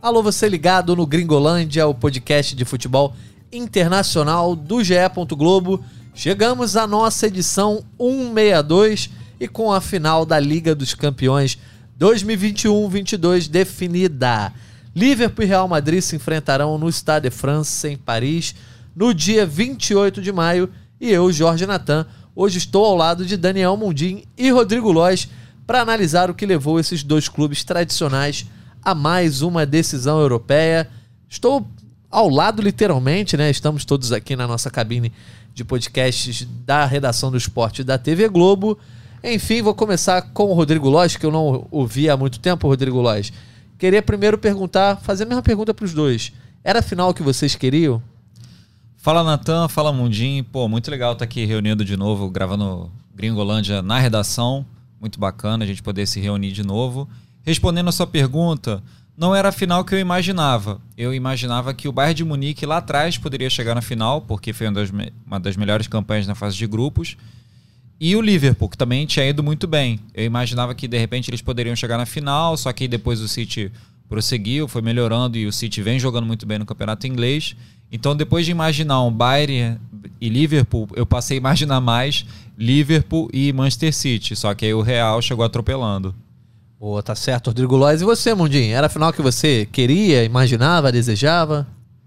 Alô, você ligado no Gringolândia, o podcast de futebol internacional do GE. Globo. Chegamos à nossa edição 162 e com a final da Liga dos Campeões 2021-22 definida. Liverpool e Real Madrid se enfrentarão no Stade de France, em Paris, no dia 28 de maio. E eu, Jorge Natan, hoje estou ao lado de Daniel Mundim e Rodrigo Lois para analisar o que levou esses dois clubes tradicionais a mais uma decisão europeia. Estou ao lado literalmente, né? Estamos todos aqui na nossa cabine de podcasts da redação do esporte da TV Globo. Enfim, vou começar com o Rodrigo Lois, que eu não ouvi há muito tempo, Rodrigo Lois. Queria primeiro fazer a mesma pergunta para os dois. Era a final que vocês queriam? Fala, Natan, fala, Mundim. Pô, muito legal estar aqui reunido de novo, gravando Gringolândia na redação. Muito bacana a gente poder se reunir de novo. Respondendo a sua pergunta, não era a final que eu imaginava. Eu imaginava que o Bayern de Munique lá atrás poderia chegar na final, porque foi uma das melhores campanhas na fase de grupos. E o Liverpool, que também tinha ido muito bem. Eu imaginava que de repente eles poderiam chegar na final, só que depois o City prosseguiu, foi melhorando e o City vem jogando muito bem no campeonato inglês. Então, depois de imaginar um Bayern e Liverpool, eu passei a imaginar mais Liverpool e Manchester City. Só que aí o Real chegou atropelando. Pô, tá certo, Rodrigo Lois. E você, Mundim? Era a final que você queria, imaginava, desejava?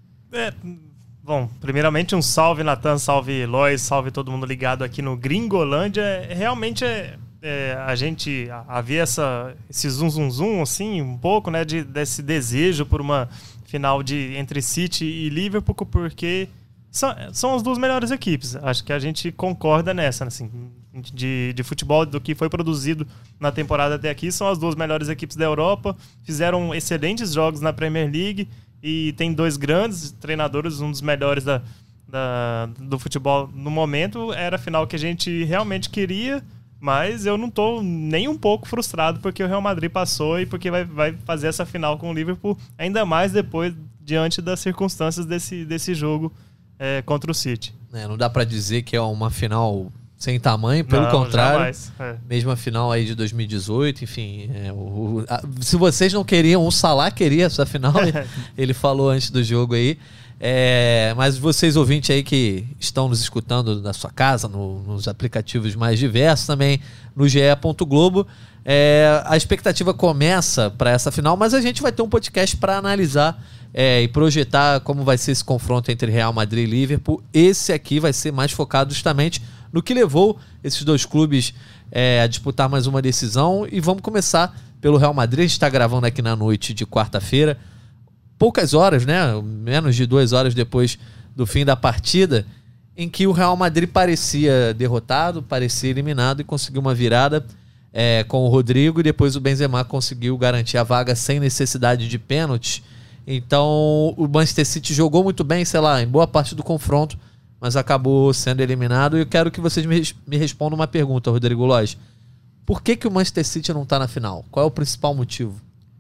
Bom, primeiramente um salve, Natan, salve, Lois, salve todo mundo ligado aqui no Gringolândia. Realmente a gente havia esse zum, assim, um pouco, né, desse desejo por uma final entre City e Liverpool, porque são as duas melhores equipes. Acho que a gente concorda nessa, assim, de futebol, do que foi produzido na temporada até aqui. São as duas melhores equipes da Europa, fizeram excelentes jogos na Premier League e tem dois grandes treinadores, um dos melhores do futebol no momento. Era a final que a gente realmente queria, mas eu não estou nem um pouco frustrado porque o Real Madrid passou e porque vai fazer essa final com o Liverpool, ainda mais depois, diante das circunstâncias desse jogo contra o City. Não dá para dizer que é uma final sem tamanho, pelo contrário. Mesma final aí de 2018, enfim. Se vocês não queriam, o Salah queria essa final, ele falou antes do jogo aí. Mas vocês ouvintes aí que estão nos escutando na sua casa, nos aplicativos mais diversos, também no GE. Globo, a expectativa começa para essa final, mas a gente vai ter um podcast para analisar e projetar como vai ser esse confronto entre Real Madrid e Liverpool. Esse aqui vai ser mais focado justamente no que levou esses dois clubes a disputar mais uma decisão. E vamos começar pelo Real Madrid. A gente está gravando aqui na noite de quarta-feira, poucas horas, né? Menos de 2 horas depois do fim da partida, em que o Real Madrid parecia derrotado, parecia eliminado e conseguiu uma virada com o Rodrigo, e depois o Benzema conseguiu garantir a vaga sem necessidade de pênalti. Então o Manchester City jogou muito bem, em boa parte do confronto, mas acabou sendo eliminado. E eu quero que vocês me respondam uma pergunta, Rodrigo Lois. Por que o Manchester City não está na final? Qual é o principal motivo?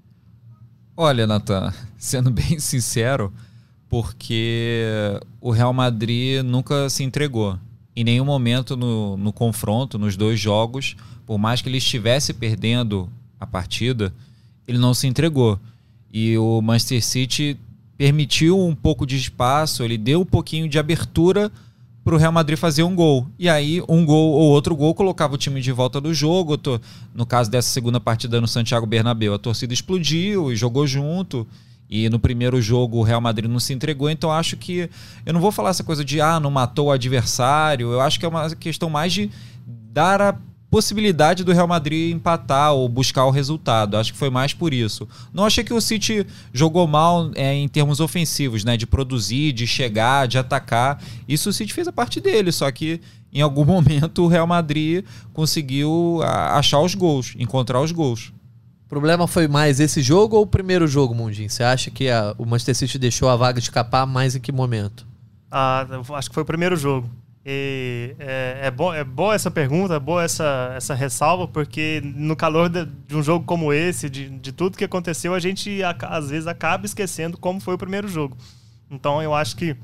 Olha, Natan, sendo bem sincero, porque o Real Madrid nunca se entregou. Em nenhum momento no confronto, nos dois jogos, por mais que ele estivesse perdendo a partida, ele não se entregou. E o Manchester City permitiu um pouco de espaço, ele deu um pouquinho de abertura para o Real Madrid fazer um gol. E aí, um gol ou outro gol colocava o time de volta do jogo. No caso dessa segunda partida no Santiago Bernabéu, a torcida explodiu e jogou junto. E no primeiro jogo o Real Madrid não se entregou. Então acho que... Eu não vou falar essa coisa de não matou o adversário. Eu acho que é uma questão mais de dar a possibilidade do Real Madrid empatar ou buscar o resultado. Acho que foi mais por isso. Não achei que o City jogou mal em termos ofensivos, né? De produzir, de chegar, de atacar. Isso o City fez a parte dele, só que em algum momento o Real Madrid conseguiu achar os gols, encontrar os gols. O problema foi mais esse jogo ou o primeiro jogo, Mundim? Você acha que o Manchester City deixou a vaga escapar mais em que momento? Acho que foi o primeiro jogo. E é boa essa pergunta, é boa essa ressalva, porque no calor de um jogo como esse, de tudo que aconteceu, a gente às vezes acaba esquecendo como foi o primeiro jogo. Então eu acho que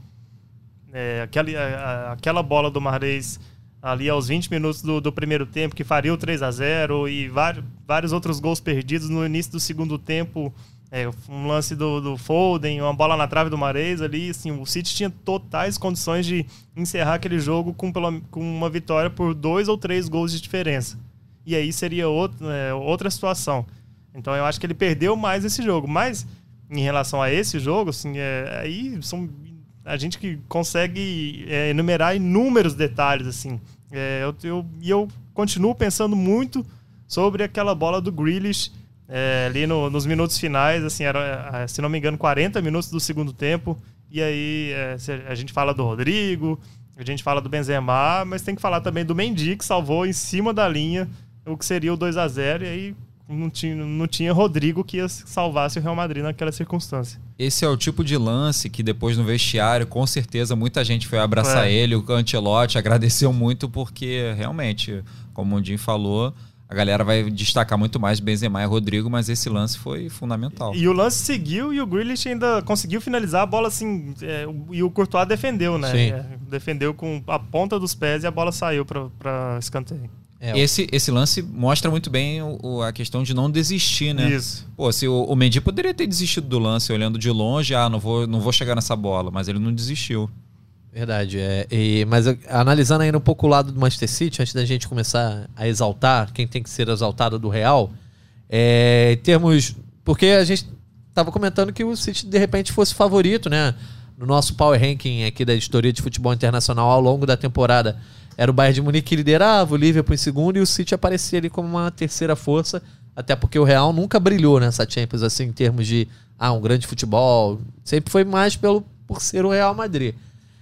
aquela bola do Mahrez ali aos 20 minutos do primeiro tempo, que faria o 3-0, e vários outros gols perdidos no início do segundo tempo, Um lance do Foden, uma bola na trave do Mahrez ali, assim, o City tinha totais condições de encerrar aquele jogo com uma vitória por 2 ou 3 gols de diferença. E aí seria outra situação. Então eu acho que ele perdeu mais esse jogo. Mas em relação a esse jogo, assim, aí a gente que consegue enumerar inúmeros detalhes, assim. Eu continuo pensando muito sobre aquela bola do Grealish ali nos minutos finais, assim, era, se não me engano, 40 minutos do segundo tempo. E aí a gente fala do Rodrigo, a gente fala do Benzema, mas tem que falar também do Mendy, que salvou em cima da linha o que seria o 2-0, e aí não tinha Rodrigo que salvasse o Real Madrid naquela circunstância. Esse é o tipo de lance que depois no vestiário, com certeza, muita gente foi abraçar ele, o Ancelotti agradeceu muito, porque realmente, como o Jim falou, a galera vai destacar muito mais Benzema e Rodrigo, mas esse lance foi fundamental. E o lance seguiu e o Grealish ainda conseguiu finalizar a bola assim, e o Courtois defendeu, né? Defendeu com a ponta dos pés e a bola saiu para escanteio. Esse lance mostra muito bem a questão de não desistir, né? Isso. Pô, se o Mendy poderia ter desistido do lance, olhando de longe, não vou chegar nessa bola, mas ele não desistiu. Verdade, mas analisando ainda um pouco o lado do Manchester City, antes da gente começar a exaltar quem tem que ser exaltado do Real, em termos... Porque a gente estava comentando que o City de repente fosse favorito, né? No nosso Power Ranking aqui da editoria de futebol internacional ao longo da temporada, era o Bayern de Munique que liderava, o Liverpool em segundo e o City aparecia ali como uma terceira força, até porque o Real nunca brilhou nessa Champions, assim, em termos de um grande futebol. Sempre foi mais por ser o Real Madrid.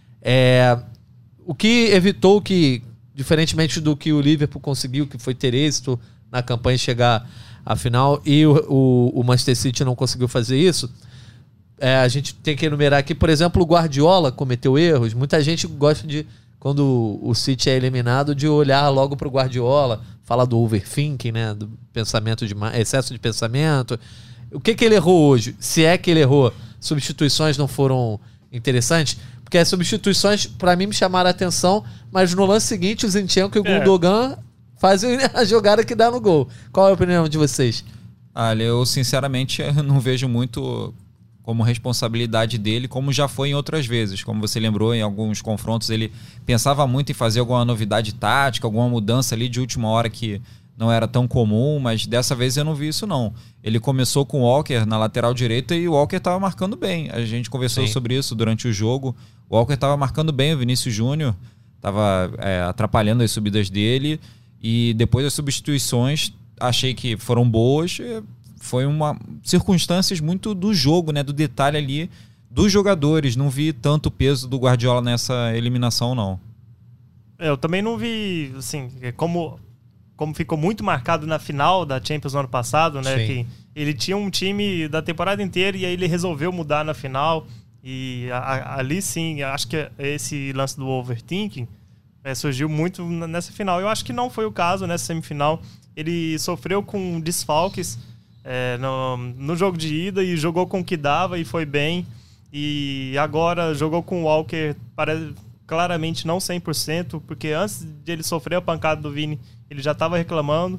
O que evitou que, diferentemente do que o Liverpool conseguiu, que foi ter êxito na campanha e chegar à final, e o Manchester City não conseguiu fazer isso, a gente tem que enumerar aqui, por exemplo, o Guardiola cometeu erros. Muita gente gosta de, quando o City é eliminado, de olhar logo para o Guardiola, fala do overthinking, né, do pensamento excesso de pensamento. O que ele errou hoje? Se é que ele errou, substituições não foram interessantes? Porque as substituições, para mim, me chamaram a atenção, mas no lance seguinte, o Zinchenko e o Gundogan fazem a jogada que dá no gol. Qual é a opinião de vocês? Olha, eu sinceramente não vejo muito como responsabilidade dele, como já foi em outras vezes. Como você lembrou, em alguns confrontos ele pensava muito em fazer alguma novidade tática, alguma mudança ali de última hora que não era tão comum, mas dessa vez eu não vi isso não. Ele começou com o Walker na lateral direita e o Walker estava marcando bem. A gente conversou sobre isso durante o jogo. O Walker estava marcando bem, o Vinícius Júnior estava atrapalhando as subidas dele, e depois das substituições achei que foram boas. Foi circunstâncias muito do jogo, né, do detalhe ali dos jogadores. Não vi tanto peso do Guardiola nessa eliminação, não. Eu também não vi, assim, como ficou muito marcado na final da Champions no ano passado, né? Sim. Que ele tinha um time da temporada inteira e aí ele resolveu mudar na final. E ali sim, acho que esse lance do overthinking surgiu muito nessa final. Eu acho que não foi o caso nessa semifinal. Ele sofreu com desfalques no jogo de ida e jogou com o que dava e foi bem. E agora jogou com o Walker, claramente não 100%, porque antes de ele sofrer a pancada do Vini, ele já estava reclamando.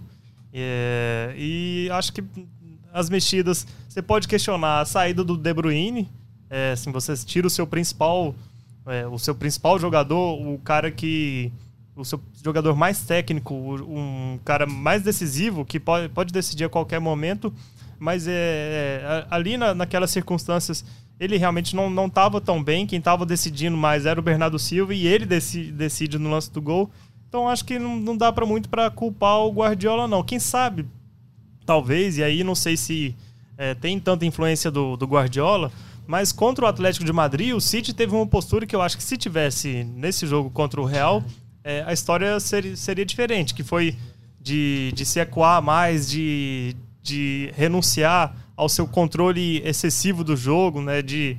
E acho que as mexidas, você pode questionar a saída do De Bruyne. Assim, você tira o seu principal jogador, o seu jogador mais técnico, um cara mais decisivo, que pode decidir a qualquer momento, mas ali naquelas circunstâncias ele realmente não estava tão bem. Quem estava decidindo mais era o Bernardo Silva e ele decide no lance do gol. Então acho que não dá muito para culpar o Guardiola, não. Quem sabe, talvez, e aí não sei se tem tanta influência do Guardiola, mas contra o Atlético de Madrid, o City teve uma postura que eu acho que se tivesse nesse jogo contra o Real, a história seria diferente, que foi de se ecoar mais, de renunciar ao seu controle excessivo do jogo, né? De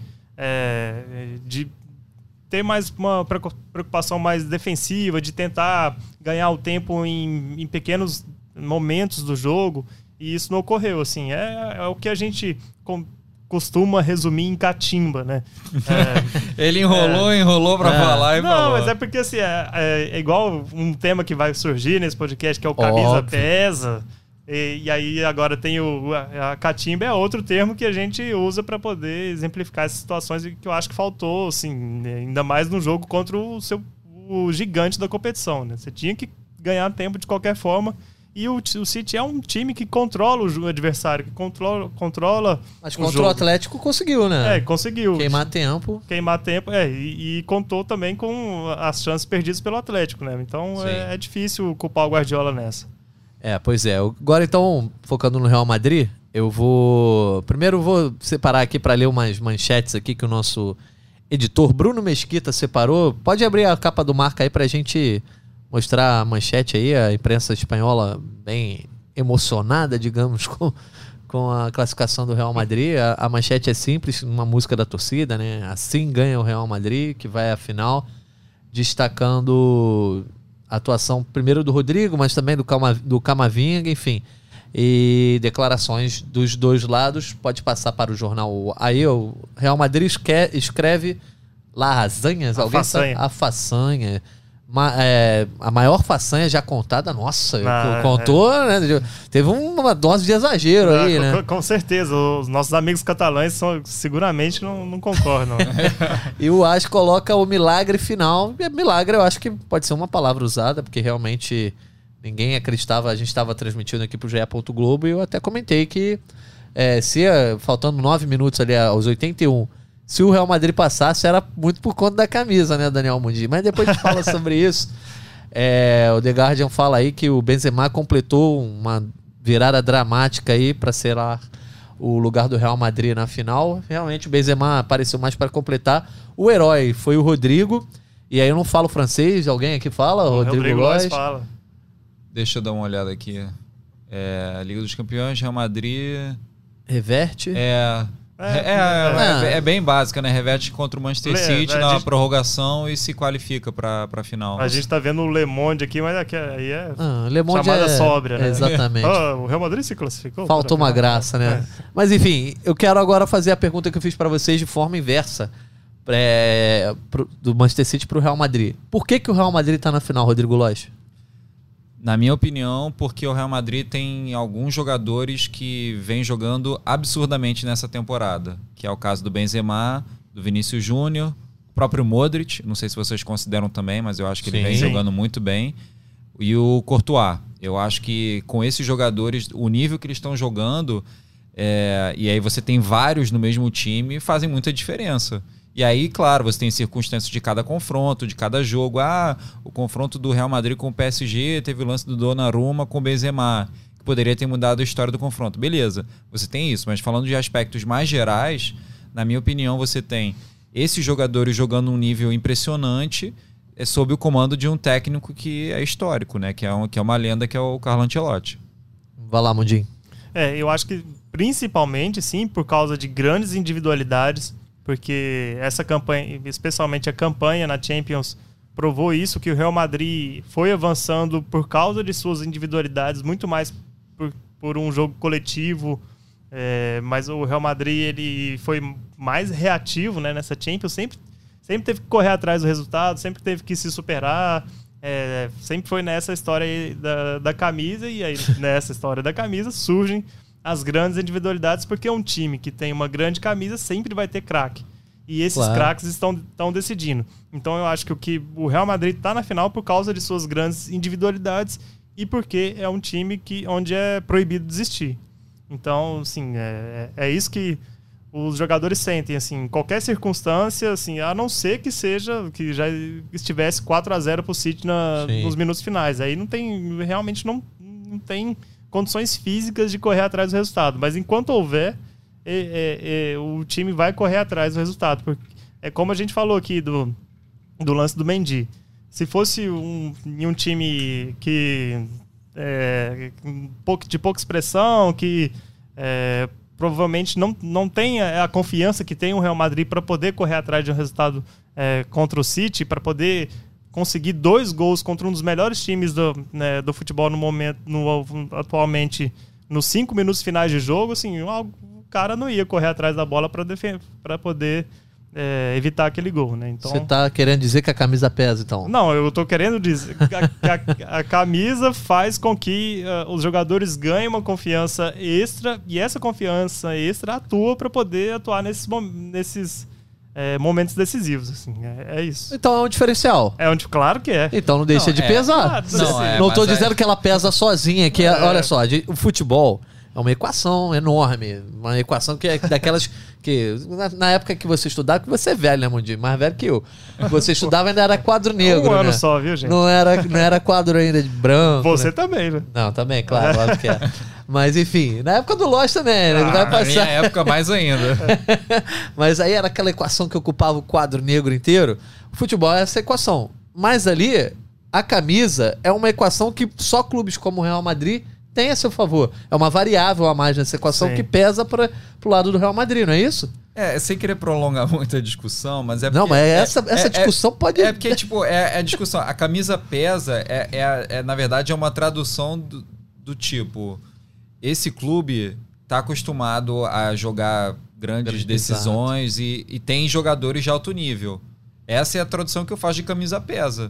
ter mais uma preocupação mais defensiva, de tentar ganhar o tempo em pequenos momentos do jogo, e isso não ocorreu. Assim, é o que a gente costuma resumir em catimba, né? Ele enrolou pra falar e falou. Não, mas é porque assim, é igual um tema que vai surgir nesse podcast, que é o camisa pesa. E aí agora tem a catimba, é outro termo que a gente usa para poder exemplificar essas situações que eu acho que faltou, assim, ainda mais no jogo contra o gigante da competição, né? Você tinha que ganhar tempo de qualquer forma. E o City é um time que controla o adversário, que controla Mas contra o Atlético conseguiu, né? Conseguiu. Queimar tempo, e contou também com as chances perdidas pelo Atlético, né? Então é difícil culpar o Guardiola nessa. Pois é. Agora então, focando no Real Madrid, primeiro eu vou separar aqui para ler umas manchetes aqui que o nosso editor Bruno Mesquita separou. Pode abrir a capa do Marca aí pra gente mostrar a manchete aí, a imprensa espanhola bem emocionada, digamos, com a classificação do Real Madrid. A manchete é simples, uma música da torcida, né? Assim ganha o Real Madrid, que vai à final, destacando a atuação primeiro do Rodrigo, mas também do Camavinga, enfim. E declarações dos dois lados. Pode passar para o jornal. Aí o Real Madrid escreve lasanhas, alguém sabe? A façanha. A maior façanha já contada, nossa, contou, né? Teve uma dose de exagero aí, né? Com certeza, os nossos amigos catalães seguramente não concordam. E o As coloca o milagre final. Milagre eu acho que pode ser uma palavra usada, porque realmente ninguém acreditava. A gente estava transmitindo aqui pro GE. Globo e eu até comentei que faltando 9 minutos ali aos 81, se o Real Madrid passasse, era muito por conta da camisa, né, Daniel Mundi? Mas depois a gente fala sobre isso. O The Guardian fala aí que o Benzema completou uma virada dramática aí para ser lá o lugar do Real Madrid na final. Realmente o Benzema apareceu mais para completar. O herói foi o Rodrigo. E aí eu não falo francês, alguém aqui fala? O Rodrigo Lois fala. Deixa eu dar uma olhada aqui. Liga dos Campeões, Real Madrid... Reverte? É bem básica, né? Reverte contra o Manchester City na prorrogação e se qualifica pra final. A gente tá vendo o Le Monde aqui, mas aí é Le Monde chamada sóbria, né? Exatamente. O Real Madrid se classificou. Faltou uma graça, né? Mas enfim, eu quero agora fazer a pergunta que eu fiz pra vocês de forma inversa. Do Manchester City pro Real Madrid. Por que o Real Madrid tá na final, Rodrigo Lois? Na minha opinião, porque o Real Madrid tem alguns jogadores que vêm jogando absurdamente nessa temporada, que é o caso do Benzema, do Vinícius Júnior, o próprio Modric, não sei se vocês consideram também, mas eu acho que ele vem jogando muito bem, e o Courtois. Eu acho que com esses jogadores, o nível que eles estão jogando, e aí você tem vários no mesmo time, fazem muita diferença. E aí, claro, você tem circunstâncias de cada confronto, de cada jogo. O confronto do Real Madrid com o PSG teve o lance do Donnarumma com o Benzema, que poderia ter mudado a história do confronto. Beleza, você tem isso, mas falando de aspectos mais gerais, na minha opinião, você tem esses jogadores jogando um nível impressionante sob o comando de um técnico que é histórico, né? Que é uma lenda, que é o Carlo Ancelotti. Vai lá, Mundinho. Eu acho que principalmente, sim, por causa de grandes individualidades, porque essa campanha, especialmente a campanha na Champions, provou isso, que o Real Madrid foi avançando por causa de suas individualidades, muito mais por um jogo coletivo, mas o Real Madrid ele foi mais reativo, né, nessa Champions, sempre teve que correr atrás do resultado, sempre teve que se superar, sempre foi nessa história aí da camisa, e aí nessa história da camisa surgem as grandes individualidades, porque um time que tem uma grande camisa sempre vai ter craque. E esses craques estão decidindo. Então eu acho que o Real Madrid está na final por causa de suas grandes individualidades e porque é um time onde é proibido desistir. Então, assim, é isso que os jogadores sentem, assim, em qualquer circunstância, assim, a não ser que já estivesse 4-0 pro City nos minutos finais. Aí realmente não tem condições físicas de correr atrás do resultado. Mas enquanto houver, o time vai correr atrás do resultado. Porque é como a gente falou aqui do lance do Mendy. Se fosse um time que de pouca expressão, que provavelmente não tem a confiança que tem o Real Madrid para poder correr atrás de um resultado contra o City, para poder conseguir 2 gols contra um dos melhores times do futebol no momento, atualmente, nos 5 minutos finais de jogo, assim, o cara não ia correr atrás da bola para poder evitar aquele gol, né? Então, você tá querendo dizer que a camisa pesa, então? Não, eu tô querendo dizer que a camisa faz com que os jogadores ganhem uma confiança extra, e essa confiança extra atua para poder atuar nesses momentos decisivos, assim, é isso. Então é um diferencial. Claro que é. Então não deixa de pesar. Não tô dizendo que ela pesa sozinha, que olha só, o futebol é uma equação enorme, uma equação que é daquelas que na época que você estudava, que você é velho, né, Mundinho? Mais velho que eu. Você estudava ainda era quadro negro, ano né? só, viu, gente? Não era quadro ainda de branco. Você né? também, né? Não, também, claro, óbvio que é. Mas enfim, na época do Lost também, né? Vai passar. Na minha época mais ainda. Mas aí era aquela equação que ocupava o quadro negro inteiro. O futebol é essa equação. Mas ali, a camisa é uma equação que só clubes como o Real Madrid tem a seu favor. É uma variável a mais nessa equação que pesa pro lado do Real Madrid, não é isso? Sem querer prolongar muito a discussão, mas é porque... Não, mas essa discussão pode... É porque, tipo, a discussão. A camisa pesa, na verdade, é uma tradução do tipo... Esse clube tá acostumado a jogar grandes decisões e tem jogadores de alto nível. Essa é a tradução que eu faço de camisa pesa.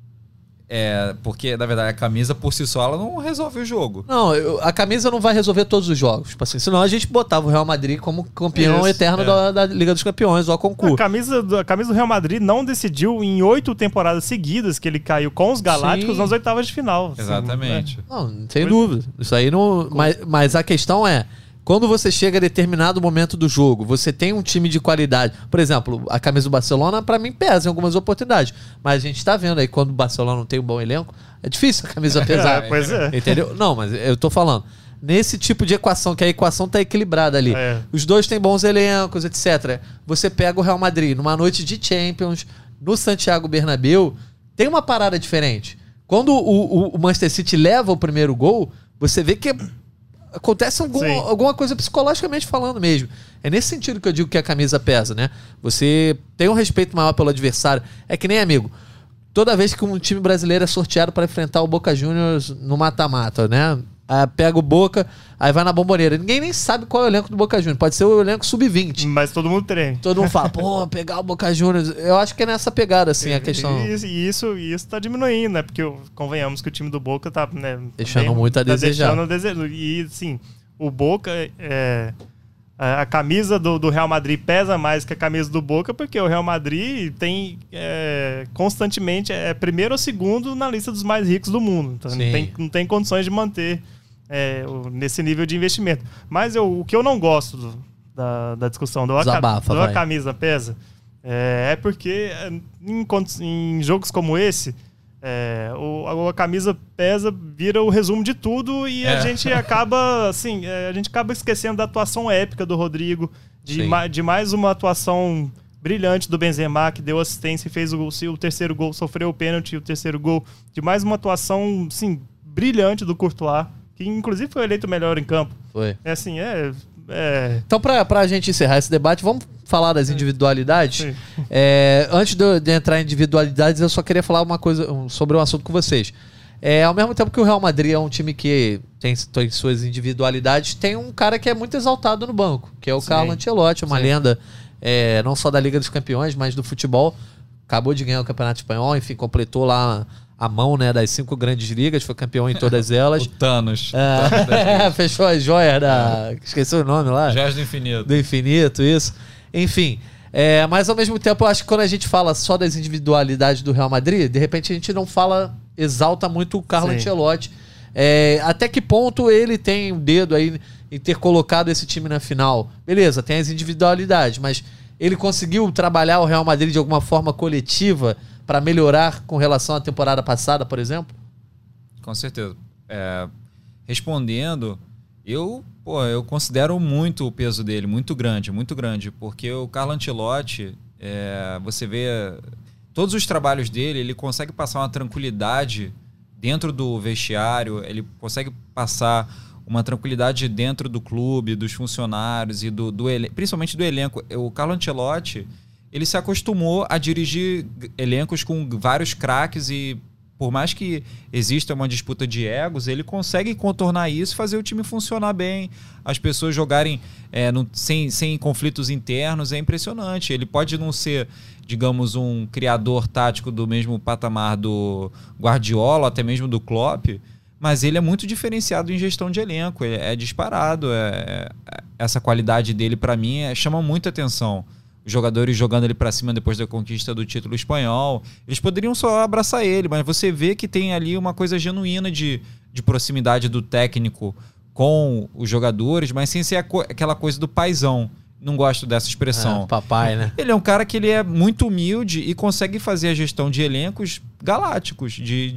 Porque, na verdade, a camisa por si só ela não resolve o jogo. Não, a camisa não vai resolver todos os jogos. Tipo assim, senão a gente botava o Real Madrid como campeão eterno da Liga dos Campeões, ou a concurso. A camisa do Real Madrid não decidiu em 8 temporadas seguidas que ele caiu com os Galácticos nas oitavas de final. Exatamente. Não, sem dúvida. Isso aí não... Mas a questão é... Quando você chega a determinado momento do jogo, você tem um time de qualidade. Por exemplo, a camisa do Barcelona, pra mim, pesa em algumas oportunidades. Mas a gente tá vendo aí, quando o Barcelona não tem um bom elenco, é difícil a camisa pesar. Pois é. Entendeu? Não, mas eu tô falando. Nesse tipo de equação, que a equação tá equilibrada ali. Os dois têm bons elencos, etc. Você pega o Real Madrid numa noite de Champions, no Santiago Bernabéu, tem uma parada diferente. Quando o Manchester City leva o primeiro gol, você vê que acontece alguma coisa psicologicamente falando mesmo. É nesse sentido que eu digo que a camisa pesa, né? Você tem um respeito maior pelo adversário. É que nem, amigo, toda vez que um time brasileiro é sorteado para enfrentar o Boca Juniors no mata-mata, né? Pega o Boca, aí vai na Bomboneira. Ninguém nem sabe qual é o elenco do Boca Juniors. Pode ser o elenco sub-20. Mas todo mundo treina. Todo mundo fala, pegar o Boca Juniors. Eu acho que é nessa pegada, assim, a questão. E isso tá diminuindo, né? Porque convenhamos que o time do Boca tá, né, deixando muito a desejar. E, assim, o Boca a camisa do Real Madrid pesa mais que a camisa do Boca, porque o Real Madrid tem constantemente primeiro ou segundo na lista dos mais ricos do mundo. Então não tem condições de manter nesse nível de investimento. Mas o que eu não gosto da discussão a camisa pesa é porque em jogos como esse a camisa pesa, vira o resumo de tudo e a gente acaba assim, esquecendo da atuação épica do Rodrigo, de mais uma atuação brilhante do Benzema, que deu assistência e fez o terceiro gol, sofreu o pênalti, o terceiro gol, de mais uma atuação assim, brilhante do Courtois, que inclusive foi eleito o melhor em campo. Foi. Então, pra gente encerrar esse debate, vamos falar das individualidades. Antes de entrar em individualidades, eu só queria falar uma coisa sobre um assunto com vocês. Ao mesmo tempo que o Real Madrid é um time que tem suas individualidades, tem um cara que é muito exaltado no banco, que é o Carlo Ancelotti, uma lenda não só da Liga dos Campeões, mas do futebol. Acabou de ganhar o Campeonato Espanhol, enfim, completou lá a mão, né, das 5 grandes ligas, foi campeão em todas elas. O Thanos. Fechou as joias esqueci o nome lá. Joias do Infinito. Do Infinito, isso. Enfim, mas ao mesmo tempo eu acho que quando a gente fala só das individualidades do Real Madrid, de repente a gente não exalta muito o Carlo Ancelotti. Até que ponto ele tem um dedo aí em ter colocado esse time na final? Beleza, tem as individualidades, mas ele conseguiu trabalhar o Real Madrid de alguma forma coletiva para melhorar com relação à temporada passada, por exemplo? Com certeza. Respondendo, eu considero muito o peso dele, muito grande, porque o Carlo Ancelotti, você vê todos os trabalhos dele, ele consegue passar uma tranquilidade dentro do vestiário, ele consegue passar uma tranquilidade dentro do clube, dos funcionários e principalmente do elenco. O Carlo Ancelotti, ele se acostumou a dirigir elencos com vários craques e por mais que exista uma disputa de egos, ele consegue contornar isso e fazer o time funcionar bem, as pessoas jogarem sem conflitos internos. É impressionante. Ele pode não ser, digamos, um criador tático do mesmo patamar do Guardiola, até mesmo do Klopp, mas ele é muito diferenciado em gestão de elenco, é disparado. Essa qualidade dele, para mim, chama muita atenção. Os jogadores jogando ele para cima depois da conquista do título espanhol, eles poderiam só abraçar ele, mas você vê que tem ali uma coisa genuína de proximidade do técnico com os jogadores, mas sem ser aquela coisa do paizão. Não gosto dessa expressão. Papai, né? Ele é um cara que ele é muito humilde e consegue fazer a gestão de elencos galácticos,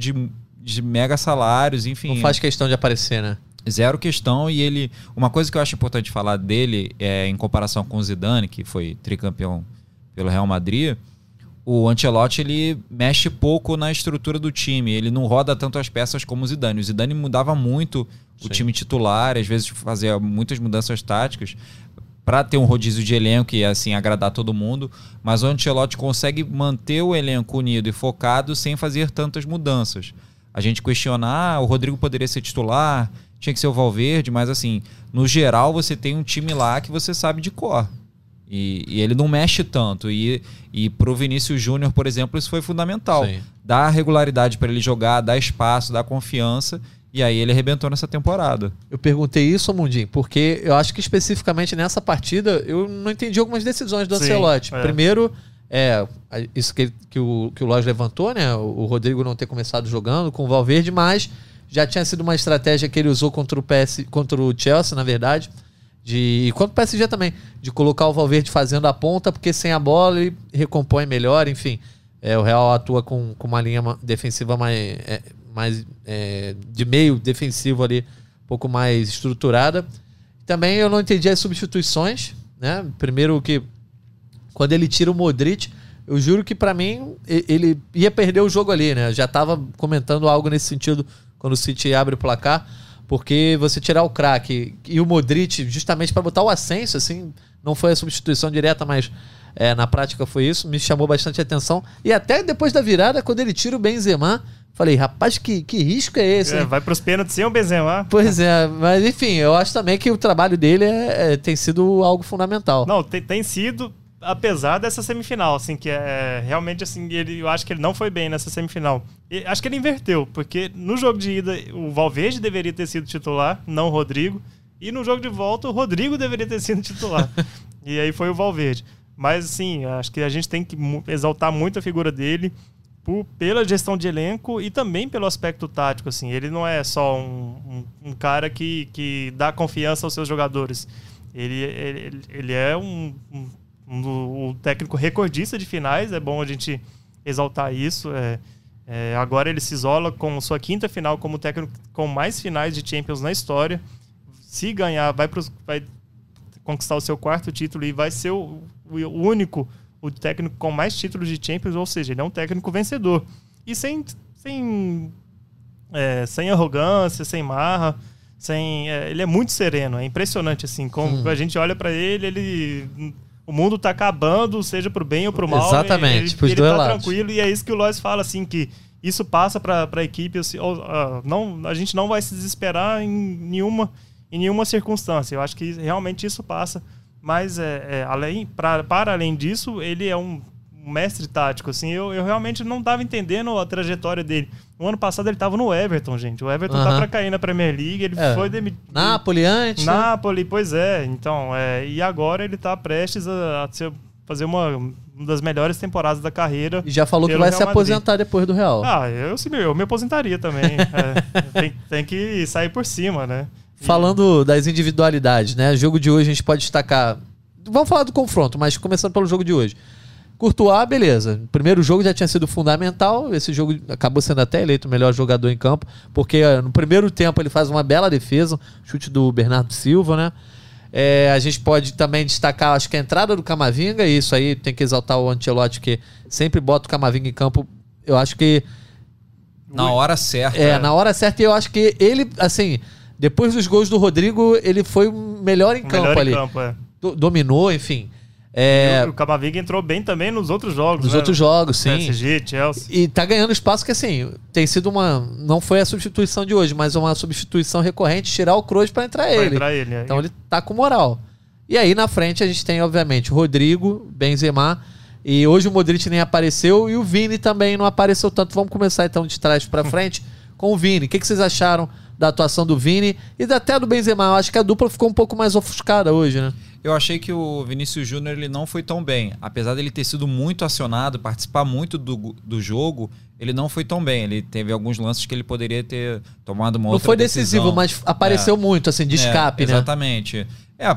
de mega salários, enfim. Não faz questão de aparecer, né? Zero questão. E ele... Uma coisa que eu acho importante falar dele, em comparação com o Zidane, que foi tricampeão pelo Real Madrid, o Ancelotti, ele mexe pouco na estrutura do time. Ele não roda tanto as peças como o Zidane. O Zidane mudava muito o time titular, às vezes fazia muitas mudanças táticas para ter um rodízio de elenco e assim agradar todo mundo, mas o Ancelotti consegue manter o elenco unido e focado sem fazer tantas mudanças. A gente questiona, o Rodrigo poderia ser titular, tinha que ser o Valverde, mas assim, no geral você tem um time lá que você sabe de cor. E ele não mexe tanto. E pro Vinícius Júnior, por exemplo, isso foi fundamental. Sim. Dar regularidade para ele jogar, dar espaço, dar confiança. E aí ele arrebentou nessa temporada. Eu perguntei isso, Mundinho, porque eu acho que especificamente nessa partida eu não entendi algumas decisões do Ancelotti. Primeiro, isso que o Lois levantou, né? O Rodrigo não ter começado jogando com o Valverde, mas já tinha sido uma estratégia que ele usou contra o Chelsea, na verdade, e contra o PSG também, de colocar o Valverde fazendo a ponta, porque sem a bola ele recompõe melhor, enfim. O Real atua com uma linha defensiva mais de meio defensivo ali, um pouco mais estruturada. Também eu não entendi as substituições, né? Primeiro que quando ele tira o Modric, eu juro que pra mim ele ia perder o jogo ali, né? Eu já tava comentando algo nesse sentido quando o City abre o placar, porque você tirar o craque e o Modric justamente para botar o Asensio, assim, não foi a substituição direta, mas na prática foi isso, me chamou bastante atenção. E até depois da virada, quando ele tira o Benzema, falei, rapaz, que risco é esse? Vai pros pênaltis sem o Benzema. Pois é, mas enfim, eu acho também que o trabalho dele tem sido algo fundamental. Não, tem sido, apesar dessa semifinal, assim, que realmente, assim, eu acho que ele não foi bem nessa semifinal. Acho que ele inverteu, porque no jogo de ida o Valverde deveria ter sido titular, não o Rodrigo, e no jogo de volta o Rodrigo deveria ter sido titular. E aí foi o Valverde. Mas, assim, acho que a gente tem que exaltar muito a figura dele pela gestão de elenco e também pelo aspecto tático, assim. Ele não é só um cara que dá confiança aos seus jogadores. Ele é um técnico recordista de finais, é bom a gente exaltar isso. Agora ele se isola com sua quinta final como técnico com mais finais de Champions na história. Se ganhar, vai conquistar o seu quarto título e vai ser o único técnico com mais títulos de Champions, ou seja, ele é um técnico vencedor. E sem arrogância, sem marra, ele é muito sereno, é impressionante, assim, como a gente olha para ele, o mundo tá acabando, seja pro bem ou pro mal. Exatamente, ele tá tranquilo, e é isso que o Lois fala, assim, que isso passa para a equipe, assim, a gente não vai se desesperar em nenhuma circunstância. Eu acho que realmente isso passa, mas para além disso, ele é um mestre tático, assim. Eu realmente não estava entendendo a trajetória dele. No ano passado ele estava no Everton, gente. O Everton tá para cair na Premier League, ele foi demitido. Napoli antes. Napoli, pois é. Então, e agora ele tá prestes a fazer uma das melhores temporadas da carreira. E já falou que vai se aposentar depois do Real. Eu me aposentaria também. Tem que sair por cima, né? Falando das individualidades, né? Jogo de hoje a gente pode destacar... Vamos falar do confronto, mas começando pelo jogo de hoje. Courtois, beleza. O primeiro jogo já tinha sido fundamental. Esse jogo acabou sendo até eleito o melhor jogador em campo, porque no primeiro tempo ele faz uma bela defesa, chute do Bernardo Silva, né? A gente pode também destacar, acho que a entrada do Camavinga, e isso aí tem que exaltar o Ancelotti, que sempre bota o Camavinga em campo. Eu acho que... Na hora certa. Na hora certa, e eu acho que ele, assim... Depois dos gols do Rodrigo, ele foi o melhor em campo ali. Dominou, enfim. O Camavinga entrou bem também nos outros jogos. Nos outros jogos, sim. PSG, Chelsea. E tá ganhando espaço que, assim, tem sido não foi a substituição de hoje, mas uma substituição recorrente, tirar o Kroos pra entrar ele. Então ele tá com moral. E aí na frente a gente tem, obviamente, o Rodrigo, Benzema, e hoje o Modric nem apareceu e o Vini também não apareceu tanto. Vamos começar então de trás pra frente com o Vini. O que vocês acharam da atuação do Vini e até do Benzema? Eu acho que a dupla ficou um pouco mais ofuscada hoje, né? Eu achei que o Vinícius Júnior ele não foi tão bem. Apesar dele ter sido muito acionado, participar muito do jogo, ele não foi tão bem. Ele teve alguns lances que ele poderia ter tomado uma outra decisão. Não foi decisivo, mas apareceu muito, assim, de escape, né? Exatamente.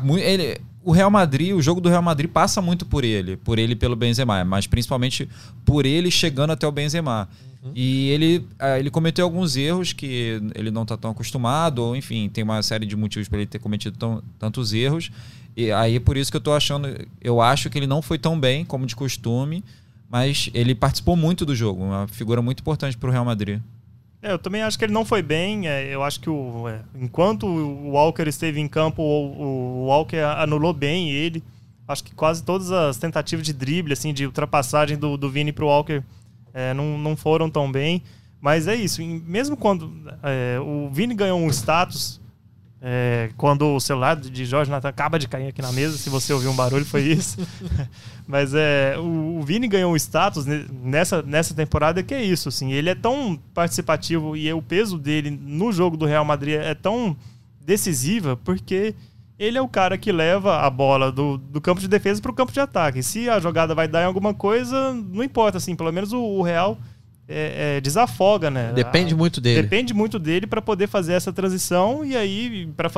O Real Madrid, o jogo do Real Madrid passa muito por ele e pelo Benzema, mas principalmente por ele chegando até o Benzema. E ele cometeu alguns erros que ele não está tão acostumado, ou enfim, tem uma série de motivos para ele ter cometido tantos erros. E aí por isso que eu acho que ele não foi tão bem como de costume, mas ele participou muito do jogo, uma figura muito importante para o Real Madrid. Eu também acho que ele não foi bem. Eu acho que enquanto o Walker esteve em campo, o Walker anulou bem ele. Acho que quase todas as tentativas de drible, assim, de ultrapassagem do Vini para o Walker não foram tão bem. Mas é isso. Mesmo quando o Vini ganhou um status, quando o celular de Jorge Natan acaba de cair aqui na mesa, se você ouviu um barulho, foi isso. Mas o Vini ganhou um status nessa temporada que é isso, assim, ele é tão participativo e o peso dele no jogo do Real Madrid é tão decisiva porque ele é o cara que leva a bola do campo de defesa para o campo de ataque. Se a jogada vai dar em alguma coisa, não importa, assim, pelo menos o Real desafoga, né? Depende muito dele. Depende muito dele para poder fazer essa transição e aí para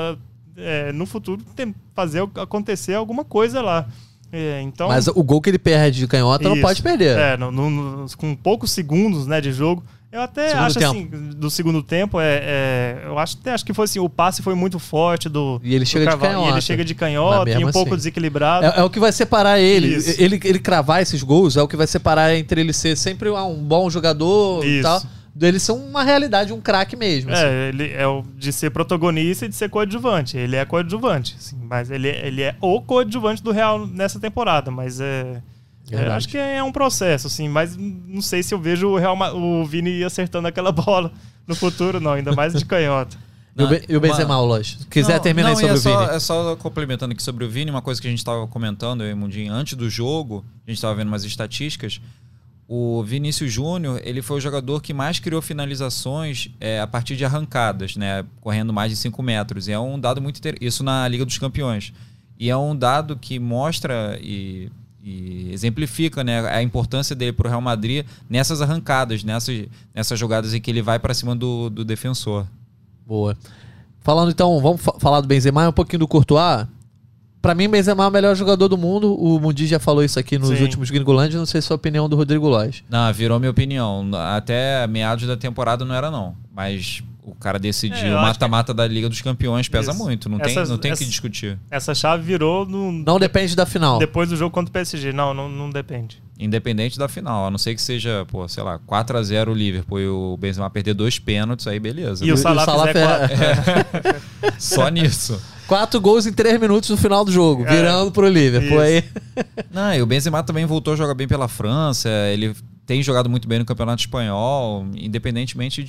no futuro fazer acontecer alguma coisa lá. Então, mas o gol que ele perde de canhota não pode perder. Com poucos segundos, né, de jogo. Eu até acho assim, do segundo tempo, eu acho que foi assim, o passe foi muito forte e ele chega de canhota. E ele chega de canhota e um pouco desequilibrado. É o que vai separar ele. Ele cravar esses gols é o que vai separar entre ele ser sempre um bom jogador e tal, dele ser uma realidade, um craque mesmo. Assim. Ele é de ser protagonista e de ser coadjuvante. Ele é coadjuvante, assim, mas ele é o coadjuvante do Real nessa temporada, mas acho que é um processo, assim, mas não sei se eu vejo o Vini acertando aquela bola no futuro, não, ainda mais de canhota. E o Benzema, lógico. Se quiser, termina aí sobre o Vini. É só complementando aqui sobre o Vini, uma coisa que a gente estava comentando, eu e o Mundinho, antes do jogo, a gente estava vendo umas estatísticas. O Vinícius Júnior, ele foi o jogador que mais criou finalizações a partir de arrancadas, né, correndo mais de 5 metros. E é um dado muito interessante, isso na Liga dos Campeões. E é um dado que mostra e exemplifica, né, a importância dele para o Real Madrid nessas arrancadas, nessas jogadas em que ele vai para cima do defensor. Boa. Falando então, vamos falar do Benzema e um pouquinho do Courtois. Pra mim, Benzema é o melhor jogador do mundo. O Mundi já falou isso aqui nos últimos Gringolândia. Não sei se é a opinião do Rodrigo Lois. Não, virou minha opinião. Até meados da temporada não era, não. Mas o cara decidiu. O mata-mata da Liga dos Campeões pesa muito. Não tem que discutir. Essa chave virou... Não depende da final. Depois do jogo contra o PSG. Não depende. Independente da final. A não ser que seja, 4-0 o Liverpool e o Benzema perder 2 pênaltis, aí beleza. E o Salah fizer 4. Só nisso. 4 gols em 3 minutos no final do jogo, virando pro Liverpool. Aí... Não, e o Benzema também voltou a jogar bem pela França. Ele tem jogado muito bem no Campeonato Espanhol, independentemente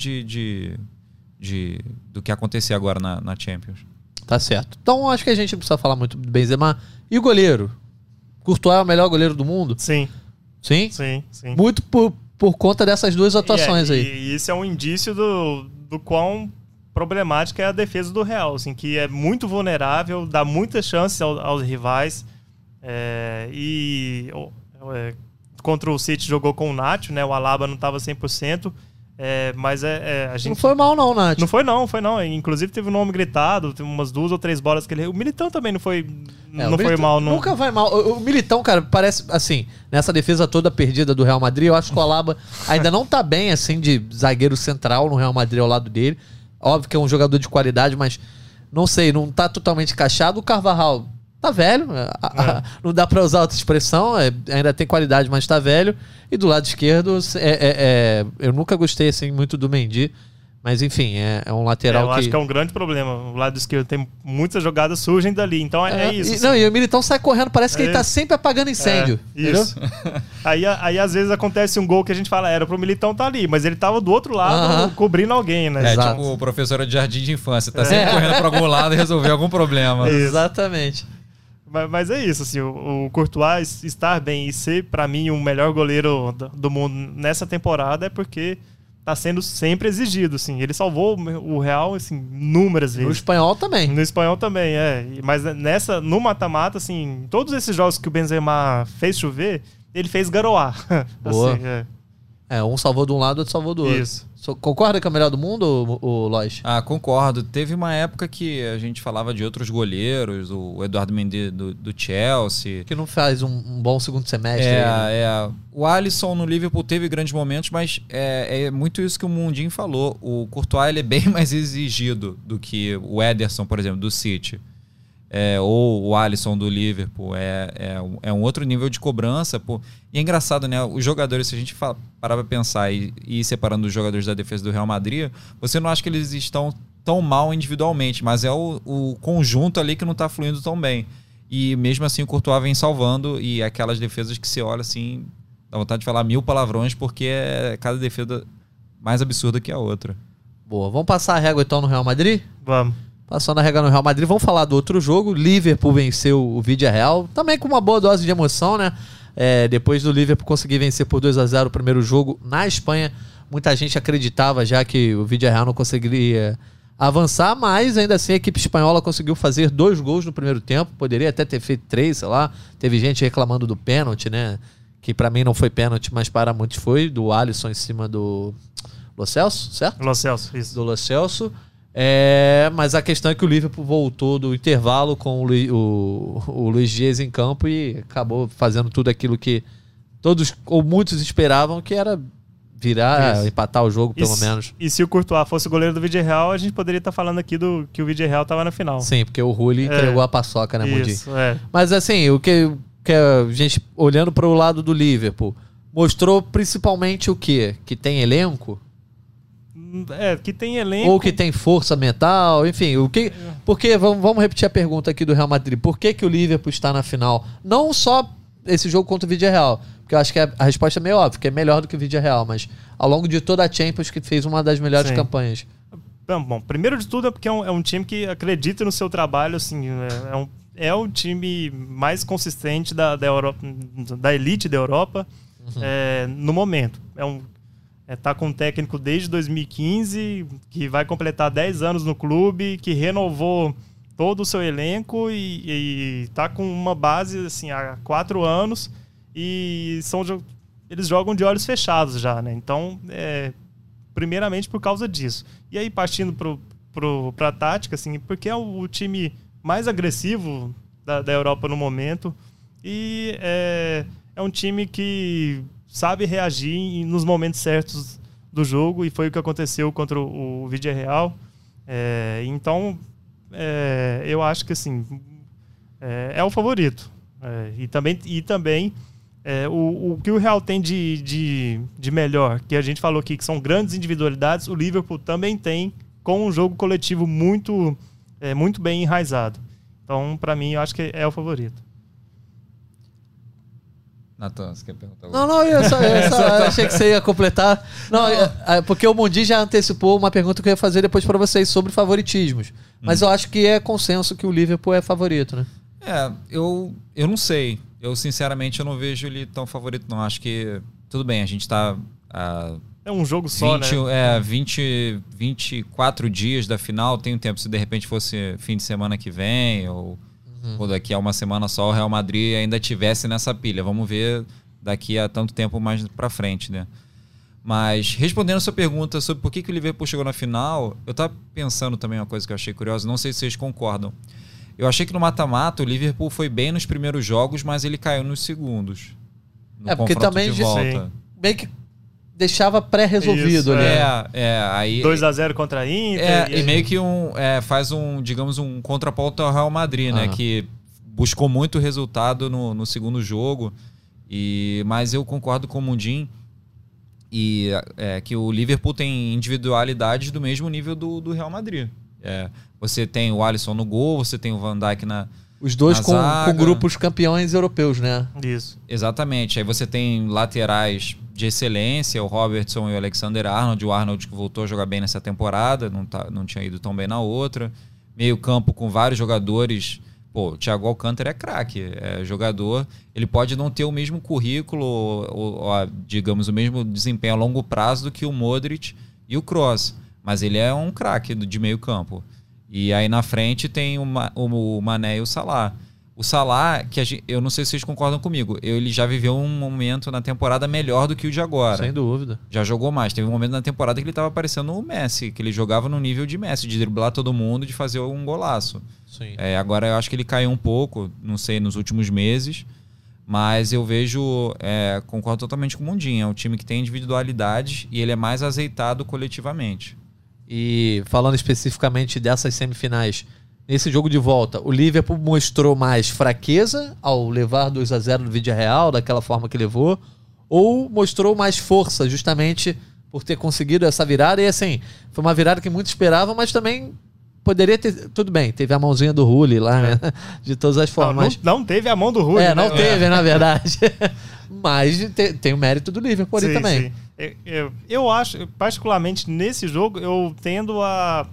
do que acontecer agora na Champions. Tá certo. Então acho que a gente não precisa falar muito do Benzema. E o goleiro? Courtois é o melhor goleiro do mundo? Sim. Sim? Sim. Muito por conta dessas duas atuações aí. E isso é um indício do quão problemática é a defesa do Real, assim, que é muito vulnerável, dá muitas chances aos rivais. Contra o City jogou com o Nacho, né? O Alaba não estava 100%. Mas a gente... Não foi mal não, Nath. Não foi não. Inclusive teve o nome gritado, teve umas 2 ou 3 bolas que ele... O Militão também não foi mal. Não. Nunca vai mal. O Militão, cara, parece, assim, nessa defesa toda perdida do Real Madrid, eu acho que o Alaba ainda não tá bem, assim, de zagueiro central no Real Madrid ao lado dele. Óbvio que é um jogador de qualidade, mas não sei, não tá totalmente encaixado. O Carvajal tá velho, não dá pra usar outra expressão, ainda tem qualidade, mas tá velho. E do lado esquerdo, eu nunca gostei assim muito do Mendy, Mas enfim, é um lateral eu acho que é um grande problema. O lado esquerdo tem muitas jogadas surgem dali. Então é isso. Assim. Não, e o Militão sai correndo, parece que ele tá sempre apagando incêndio. Isso. aí às vezes acontece um gol que a gente fala, era pro Militão tá ali, mas ele tava do outro lado cobrindo alguém, né? Tipo o professor de jardim de infância, tá sempre correndo pra algum lado e resolver algum problema. Exatamente. Mas é isso, assim, o Courtois estar bem e ser, pra mim, o melhor goleiro do mundo nessa temporada é porque tá sendo sempre exigido, assim. Ele salvou o Real, assim, inúmeras vezes. No espanhol também. No espanhol também, Mas no mata-mata, assim, todos esses jogos que o Benzema fez chover, ele fez garoar. Boa. Assim, um salvou de um lado, outro salvou do outro. Isso. Concorda que é o melhor do mundo, o Lois? Concordo. Teve uma época que a gente falava de outros goleiros, o Eduardo Mendy do Chelsea. Que não faz um bom segundo semestre. O Alisson no Liverpool teve grandes momentos, mas é muito isso que o Mundinho falou. O Courtois ele é bem mais exigido do que o Ederson, por exemplo, do City. Ou o Alisson do Liverpool. É um outro nível de cobrança. Pô. E é engraçado, né? Os jogadores, se a gente parar pra pensar e ir separando os jogadores da defesa do Real Madrid, você não acha que eles estão tão mal individualmente, mas é o conjunto ali que não tá fluindo tão bem. E mesmo assim o Courtois vem salvando, e aquelas defesas que você olha assim, dá vontade de falar 1000 palavrões, porque é cada defesa mais absurda que a outra. Boa. Vamos passar a régua então no Real Madrid? Vamos. Passando a regra no Real Madrid, vamos falar do outro jogo. Liverpool venceu o Villarreal, também com uma boa dose de emoção, né? Depois do Liverpool conseguir vencer por 2-0 o primeiro jogo na Espanha, muita gente acreditava já que o Villarreal não conseguiria avançar, mas ainda assim a equipe espanhola conseguiu fazer 2 gols no primeiro tempo, poderia até ter feito 3, sei lá. Teve gente reclamando do pênalti, né? Que pra mim não foi pênalti, mas para muitos foi, do Alisson em cima do Lo Celso, certo? Lo Celso, isso. Do Lo Celso. Mas a questão é que o Liverpool voltou do intervalo com o Luis Dias em campo e acabou fazendo tudo aquilo que todos ou muitos esperavam, que era virar, empatar o jogo pelo menos. E se o Courtois fosse o goleiro do Villarreal, a gente poderia estar falando aqui que o Villarreal estava na final. Sim, porque o Rulli entregou a paçoca, né, Mundi? Isso, Mas assim, o que a gente, olhando para o lado do Liverpool, mostrou principalmente o quê? Que tem elenco? Que tem elenco. Ou que tem força mental, enfim. Porque, vamos repetir a pergunta aqui do Real Madrid. Por que o Liverpool está na final? Não só esse jogo contra o Villarreal, porque eu acho que a resposta é meio óbvia, que é melhor do que o Villarreal, mas ao longo de toda a Champions, que fez uma das melhores campanhas. Bom, primeiro de tudo é porque é um time que acredita no seu trabalho, assim, é o time mais consistente da Europa, da elite da Europa, no momento. Tá com um técnico desde 2015, que vai completar 10 anos no clube, que renovou todo o seu elenco e tá com uma base assim, há 4 anos, e eles jogam de olhos fechados já, né? Então, primeiramente por causa disso. E aí, partindo pra tática, assim, porque é o time mais agressivo da Europa no momento, e é um time que sabe reagir nos momentos certos do jogo, e foi o que aconteceu contra o Villarreal. Então, eu acho que assim, é o favorito. E também o que o Real tem de melhor, que a gente falou aqui, que são grandes individualidades, o Liverpool também tem, com um jogo coletivo muito bem enraizado. Então, para mim, eu acho que é o favorito. Natan, você quer perguntar? Não, eu só achei que você ia completar. Não, porque o Mundi já antecipou uma pergunta que eu ia fazer depois para vocês sobre favoritismos. Mas eu acho que é consenso que o Liverpool é favorito, né? Eu não sei. Eu, sinceramente, eu não vejo ele tão favorito, não. Acho que, tudo bem, a gente tá... É um jogo só, 24 dias da final, tem um tempo. Se de repente fosse fim de semana que vem, ou daqui a uma semana só o Real Madrid ainda tivesse nessa pilha. Vamos ver daqui a tanto tempo mais pra frente, né? Mas, respondendo a sua pergunta sobre por que o Liverpool chegou na final, eu tava pensando também uma coisa que eu achei curiosa, não sei se vocês concordam. Eu achei que no mata-mata o Liverpool foi bem nos primeiros jogos, mas ele caiu nos segundos. Porque também de volta. Bem que deixava pré-resolvido ali. Aí 2-0 contra a Inter. E meio que faz digamos, um contraponto ao Real Madrid, né? Que buscou muito resultado no segundo jogo. Mas eu concordo com o Mundinho. E que o Liverpool tem individualidades do mesmo nível do Real Madrid. Você tem o Alisson no gol, você tem o Van Dijk os dois com grupos campeões europeus, né? Isso. Exatamente. Aí você tem laterais de excelência, o Robertson e o Alexander-Arnold. O Arnold que voltou a jogar bem nessa temporada, não tinha ido tão bem na outra. Meio campo com vários jogadores. Pô, o Thiago Alcântara é craque, é jogador. Ele pode não ter o mesmo currículo, ou, digamos, o mesmo desempenho a longo prazo do que o Modric e o Kroos. Mas ele é um craque de meio campo. E aí na frente tem o Mané e o Salah. O Salah, eu não sei se vocês concordam comigo, ele já viveu um momento na temporada melhor do que o de agora. Sem dúvida. Já jogou mais. Teve um momento na temporada que ele estava parecendo o Messi, que ele jogava no nível de Messi, de driblar todo mundo, de fazer um golaço. Sim. Agora eu acho que ele caiu um pouco, não sei, nos últimos meses, mas eu vejo, concordo totalmente com o Mundinho, é um time que tem individualidades e ele é mais azeitado coletivamente. E falando especificamente dessas semifinais, nesse jogo de volta, o Liverpool mostrou mais fraqueza ao levar 2-0 no Villarreal, daquela forma que levou, ou mostrou mais força, justamente por ter conseguido essa virada? E assim, foi uma virada que muitos esperavam, mas também poderia ter... Tudo bem, teve a mãozinha do Rulli lá, né? De todas as formas. Não teve a mão do Rulli, não teve, na verdade. Mas tem o mérito do Liverpool ali também. Sim. Eu acho, particularmente nesse jogo, eu tendo a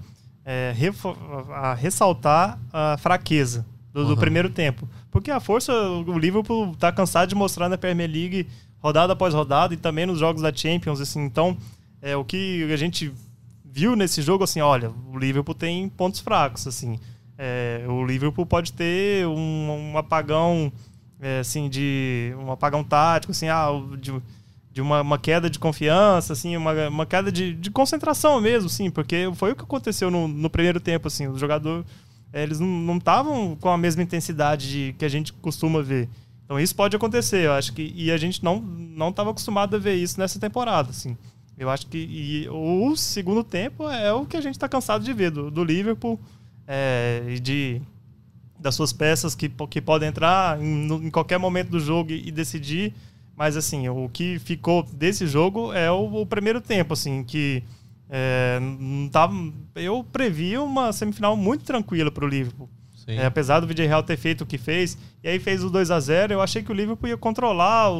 ressaltar a fraqueza do primeiro tempo. Porque a força, o Liverpool tá cansado de mostrar na Premier League rodada após rodada e também nos jogos da Champions, assim. Então, o que a gente viu nesse jogo, assim, olha, o Liverpool tem pontos fracos, assim. O Liverpool pode ter um apagão, assim, um apagão tático, assim, de uma queda de confiança, assim, uma queda de concentração mesmo, assim, porque foi o que aconteceu no primeiro tempo, assim, os jogadores, eles não estavam com a mesma intensidade que a gente costuma ver. Então isso pode acontecer, eu acho que, e a gente não estava acostumado a ver isso nessa temporada, assim. Eu acho que o segundo tempo é o que a gente está cansado de ver do Liverpool, e das suas peças que podem entrar em qualquer momento do jogo e decidir. Mas, assim, o que ficou desse jogo é o primeiro tempo, assim, que eu previ uma semifinal muito tranquila para o Liverpool. Apesar do Villarreal ter feito o que fez, e aí fez o 2-0, eu achei que o Liverpool ia controlar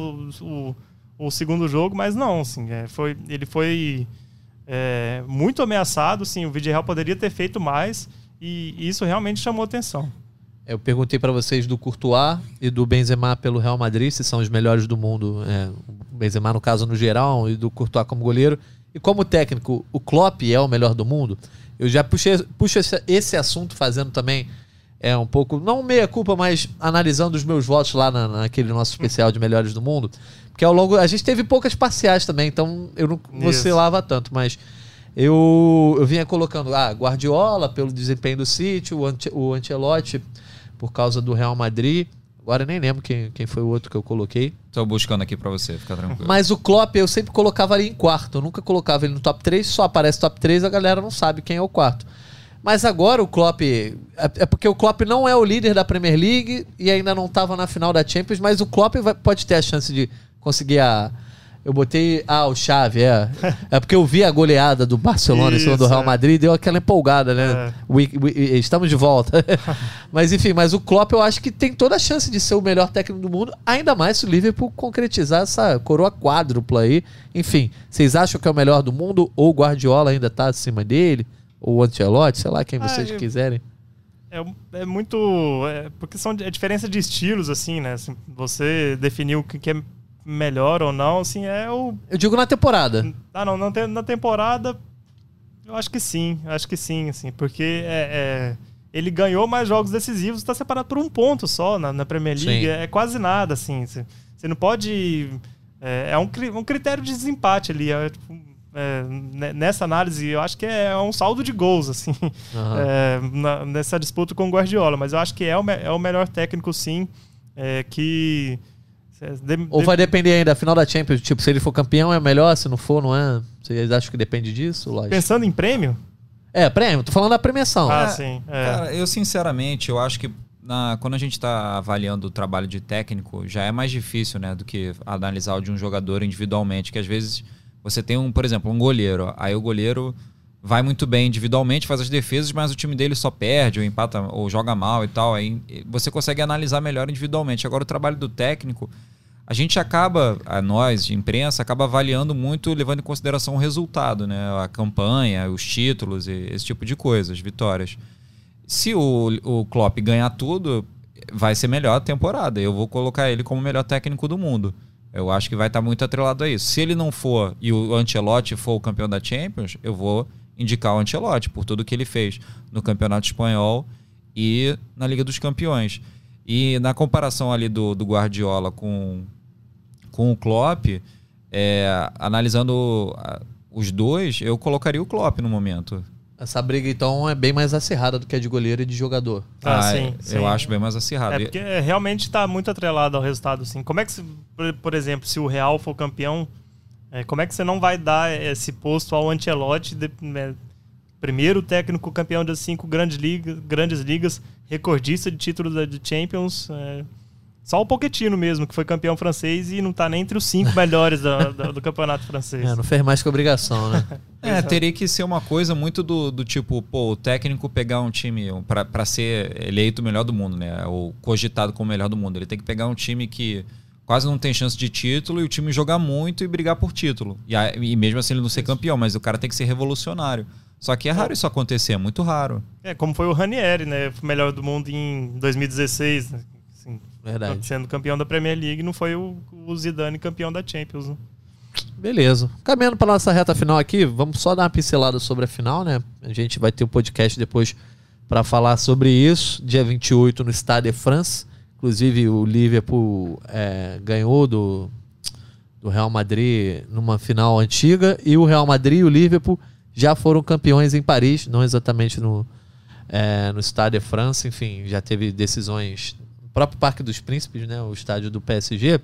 o segundo jogo, mas não, assim, ele foi muito ameaçado, assim, o Villarreal poderia ter feito mais, e isso realmente chamou atenção. Eu perguntei para vocês do Courtois e do Benzema pelo Real Madrid, se são os melhores do mundo. O Benzema, no caso, no geral, e do Courtois como goleiro. E como técnico, o Klopp é o melhor do mundo? Eu já puxo esse assunto fazendo também um pouco, não meia culpa, mas analisando os meus votos lá naquele nosso especial de melhores do mundo. Porque ao longo... A gente teve poucas parciais também, então eu não oscilava tanto, mas... Eu vinha colocando Guardiola pelo desempenho do City, o Ancelotti por causa do Real Madrid. Agora eu nem lembro quem foi o outro que eu coloquei. Estou buscando aqui para você, fica tranquilo. Mas o Klopp eu sempre colocava ali em quarto. Eu nunca colocava ele no top 3. Só aparece top 3, a galera não sabe quem é o quarto. Mas agora o Klopp... É porque o Klopp não é o líder da Premier League e ainda não estava na final da Champions, mas o Klopp pode ter a chance de conseguir Eu botei... o Xavi, É porque eu vi a goleada do Barcelona em cima do Real Madrid e deu aquela empolgada, né? Estamos de volta. Mas enfim, o Klopp eu acho que tem toda a chance de ser o melhor técnico do mundo, ainda mais se o Liverpool concretizar essa coroa quádrupla aí. Enfim, vocês acham que é o melhor do mundo ou o Guardiola ainda tá acima dele? Ou o Ancelotti, sei lá, quem vocês quiserem. É muito... porque é diferença de estilos, assim, né? Assim, você definiu o que é melhor ou não, assim, Eu digo na temporada. Na temporada eu acho que sim, assim, porque ele ganhou mais jogos decisivos, está separado por um ponto só na Premier League, é quase nada, assim, você não pode... É um critério de desempate ali, nessa análise, eu acho que é um saldo de gols, assim, nessa disputa com o Guardiola, mas eu acho que é o melhor técnico, sim, que... Ou vai depender ainda da final da Champions? Tipo, se ele for campeão é melhor, se não for, não é? Vocês acham que depende disso? Lógico. Pensando em prêmio? Prêmio. Tô falando da premiação. Sim. Cara, eu sinceramente, eu acho que quando a gente tá avaliando o trabalho de técnico, já é mais difícil, né, do que analisar o de um jogador individualmente, que às vezes Você tem, por exemplo, um goleiro. Aí o goleiro vai muito bem individualmente, faz as defesas, mas o time dele só perde, ou empata, ou joga mal e tal. Aí você consegue analisar melhor individualmente. Agora, o trabalho do técnico, a gente acaba, nós, de imprensa, acaba avaliando muito, levando em consideração o resultado, né? A campanha, os títulos, e esse tipo de coisa, as vitórias. Se o Klopp ganhar tudo, vai ser melhor a temporada. Eu vou colocar ele como o melhor técnico do mundo. Eu acho que vai estar muito atrelado a isso. Se ele não for e o Ancelotti for o campeão da Champions, eu vou indicar o Ancelotti por tudo que ele fez no Campeonato Espanhol e na Liga dos Campeões. E na comparação ali do Guardiola com o Klopp, analisando os dois, eu colocaria o Klopp no momento. Essa briga, então, é bem mais acirrada do que a de goleiro e de jogador. Sim. Eu acho bem mais acirrada. É porque realmente está muito atrelado ao resultado. Assim. Como é que, por exemplo, se o Real for campeão, como é que você não vai dar esse posto ao Ancelotti, primeiro técnico campeão das 5 grandes ligas, recordista de títulos de Champions... Só o Pochettino mesmo, que foi campeão francês e não tá nem entre os 5 melhores do campeonato francês. Não fez mais que obrigação, né? Teria que ser uma coisa muito do tipo, o técnico pegar um time para ser eleito o melhor do mundo, né? Ou cogitado como o melhor do mundo. Ele tem que pegar um time que quase não tem chance de título e o time jogar muito e brigar por título. E mesmo assim ele não ser campeão, mas o cara tem que ser revolucionário. Só que é raro isso acontecer, é muito raro. Como foi o Ranieri, né? Foi o melhor do mundo em 2016, né? Verdade. Sendo campeão da Premier League, não foi o Zidane campeão da Champions, né? Beleza. Caminhando para nossa reta final aqui, vamos só dar uma pincelada sobre a final, né? A gente vai ter um podcast depois para falar sobre isso. Dia 28 no Stade de France. Inclusive o Liverpool ganhou do Real Madrid numa final antiga. E o Real Madrid e o Liverpool já foram campeões em Paris, não exatamente no Stade de France. Enfim, já teve decisões... O próprio Parque dos Príncipes, né? O estádio do PSG.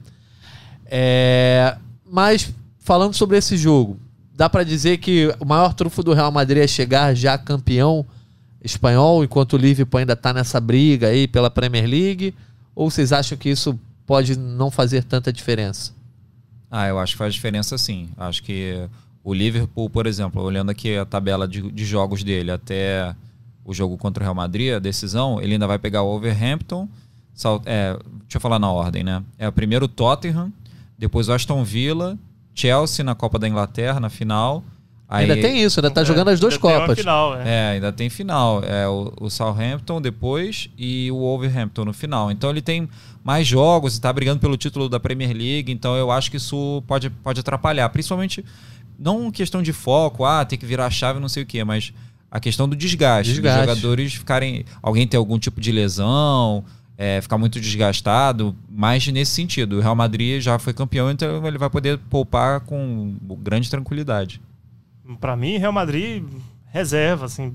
Mas, falando sobre esse jogo, dá para dizer que o maior trunfo do Real Madrid é chegar já campeão espanhol, enquanto o Liverpool ainda está nessa briga aí pela Premier League? Ou vocês acham que isso pode não fazer tanta diferença? Eu acho que faz diferença sim. Acho que o Liverpool, por exemplo, olhando aqui a tabela de jogos dele até o jogo contra o Real Madrid, a decisão, ele ainda vai pegar o Wolverhampton. Deixa eu falar na ordem, né? Primeiro o Tottenham, depois o Aston Villa, Chelsea na Copa da Inglaterra, na final. Ainda tem isso, ainda tá jogando as duas Copas. Final, ainda tem final. O Southampton depois e o Wolverhampton no final. Então ele tem mais jogos e tá brigando pelo título da Premier League, então eu acho que isso pode atrapalhar. Principalmente, não questão de foco, tem que virar a chave, não sei o quê, mas a questão do desgaste. Dos jogadores ficarem... Alguém ter algum tipo de lesão... ficar muito desgastado, mas nesse sentido. O Real Madrid já foi campeão, então ele vai poder poupar com grande tranquilidade. Para mim, Real Madrid reserva, assim,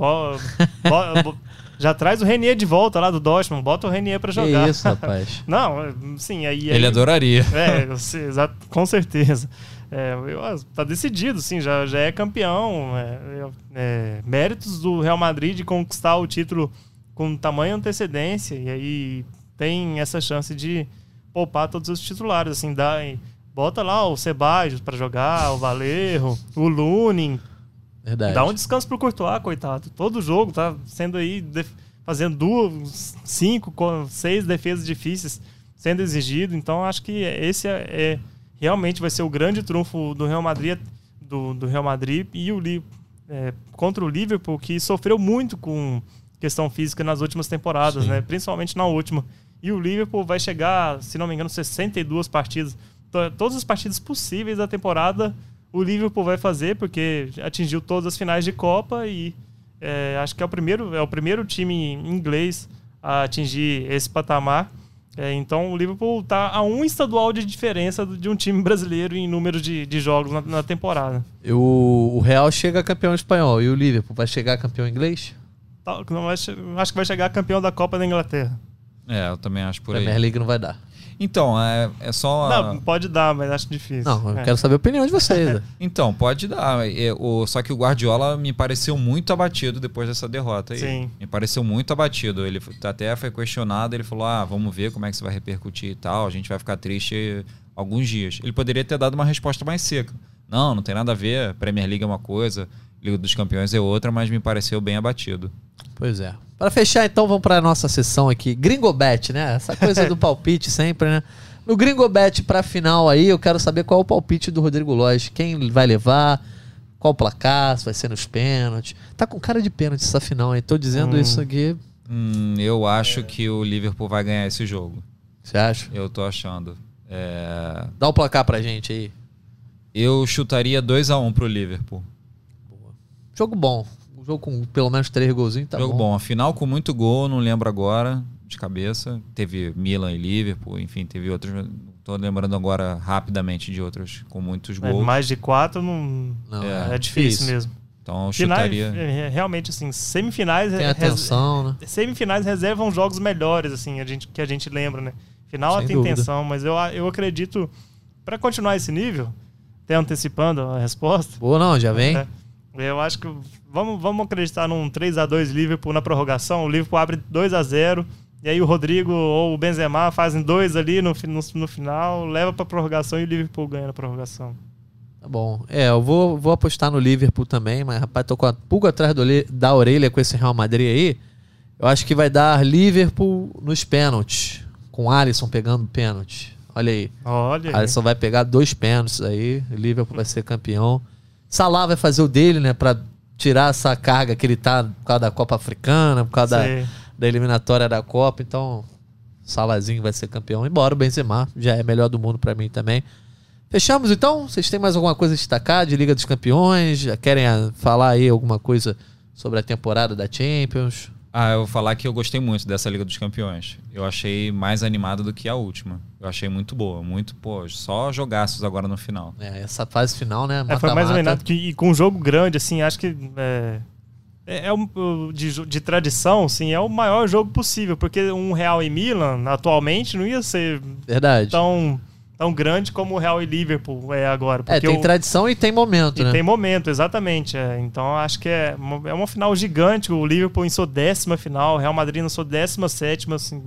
já traz o Renier de volta lá do Dortmund, bota o Renier para jogar. Que isso, rapaz. Não, sim, aí... Ele adoraria. Com certeza. Tá decidido, sim, já é campeão. Méritos do Real Madrid de conquistar o título com tamanha antecedência, e aí tem essa chance de poupar todos os titulares, assim, bota lá o Ceballos para jogar, o Valerro, o Lunin. Verdade. Dá um descanso pro Courtois, coitado. Todo jogo tá sendo aí, fazendo 2, 5, 6 defesas difíceis sendo exigido, então acho que esse realmente vai ser o grande trunfo do Real Madrid, do Real Madrid e contra o Liverpool, que sofreu muito com questão física nas últimas temporadas, né? Principalmente na última. E o Liverpool vai chegar, se não me engano, 62 partidas. Todas as partidas possíveis da temporada o Liverpool vai fazer, porque atingiu todas as finais de Copa e acho que é o primeiro time inglês a atingir esse patamar. Então o Liverpool está a um estadual de diferença de um time brasileiro em número de jogos na temporada. O Real chega campeão espanhol e o Liverpool vai chegar campeão inglês? Acho que vai chegar campeão da Copa da Inglaterra. Eu também acho por aí. Premier League não vai dar. Então, é só... Não, pode dar, mas acho difícil. Não, eu quero saber a opinião de vocês. Então, pode dar. Só que o Guardiola me pareceu muito abatido depois dessa derrota. Sim. Me pareceu muito abatido. Ele até foi questionado, ele falou, vamos ver como é que isso vai repercutir e tal, a gente vai ficar triste alguns dias. Ele poderia ter dado uma resposta mais seca. Não tem nada a ver. Premier League é uma coisa, Liga dos Campeões é outra, mas me pareceu bem abatido. Pois é. Para fechar, então, vamos para a nossa sessão aqui. Gringobet, né? Essa coisa do palpite sempre, né? No Gringobet para a final aí, eu quero saber qual é o palpite do Rodrigo Lois. Quem vai levar, qual o placar, se vai ser nos pênaltis. Tá com cara de pênalti essa final, hein? Tô dizendo isso aqui. Eu acho que o Liverpool vai ganhar esse jogo. Você acha? Eu tô achando. Dá o placar pra gente aí. Eu chutaria 2-1 pro Liverpool. Boa. Jogo bom. Um jogo com pelo menos 3 golzinhos, tá jogo bom. A final com muito gol, não lembro agora de cabeça. Teve Milan e Liverpool, enfim, teve outros. Tô lembrando agora rapidamente de outros com muitos gols. Mais de 4 não é difícil mesmo. Então eu chutaria. Realmente, assim, semifinais. Tem atenção, né? Semifinais reservam jogos melhores, assim, que a gente lembra, né? Final Sem tem dúvida. tensão, mas eu acredito, para continuar esse nível, até antecipando a resposta. Boa, não, já vem. Eu acho que vamos acreditar num 3-2 Liverpool na prorrogação. O Liverpool abre 2-0. E aí o Rodrigo ou o Benzema fazem 2 ali no final, leva pra prorrogação e o Liverpool ganha na prorrogação. Tá bom. Eu vou apostar no Liverpool também, mas rapaz, tô com a pulga atrás da orelha com esse Real Madrid aí. Eu acho que vai dar Liverpool nos pênaltis, com o Alisson pegando pênalti. Olha aí. Alisson vai pegar 2 pênaltis aí, o Liverpool vai ser campeão. Salah vai fazer o dele, né, pra tirar essa carga que ele tá por causa da Copa Africana, por causa da eliminatória da Copa, então Salahzinho vai ser campeão, embora o Benzema já é melhor do mundo pra mim também. Fechamos então? Vocês têm mais alguma coisa a destacar de Liga dos Campeões? Já querem falar aí alguma coisa sobre a temporada da Champions? Eu vou falar que eu gostei muito dessa Liga dos Campeões. Eu achei mais animada do que a última. Eu achei muito boa, só jogaços agora no final. Essa fase final, né? Mata-mata. Foi mais animado e com um jogo grande, assim, acho que de tradição, sim, é o maior jogo possível, porque um Real e Milan, atualmente, não ia ser tão grande como o Real e Liverpool é agora. Tem tradição e tem momento, né? Tem momento, exatamente. Então, acho que é uma final gigante. O Liverpool em sua 10ª final, o Real Madrid na sua 17ª, assim...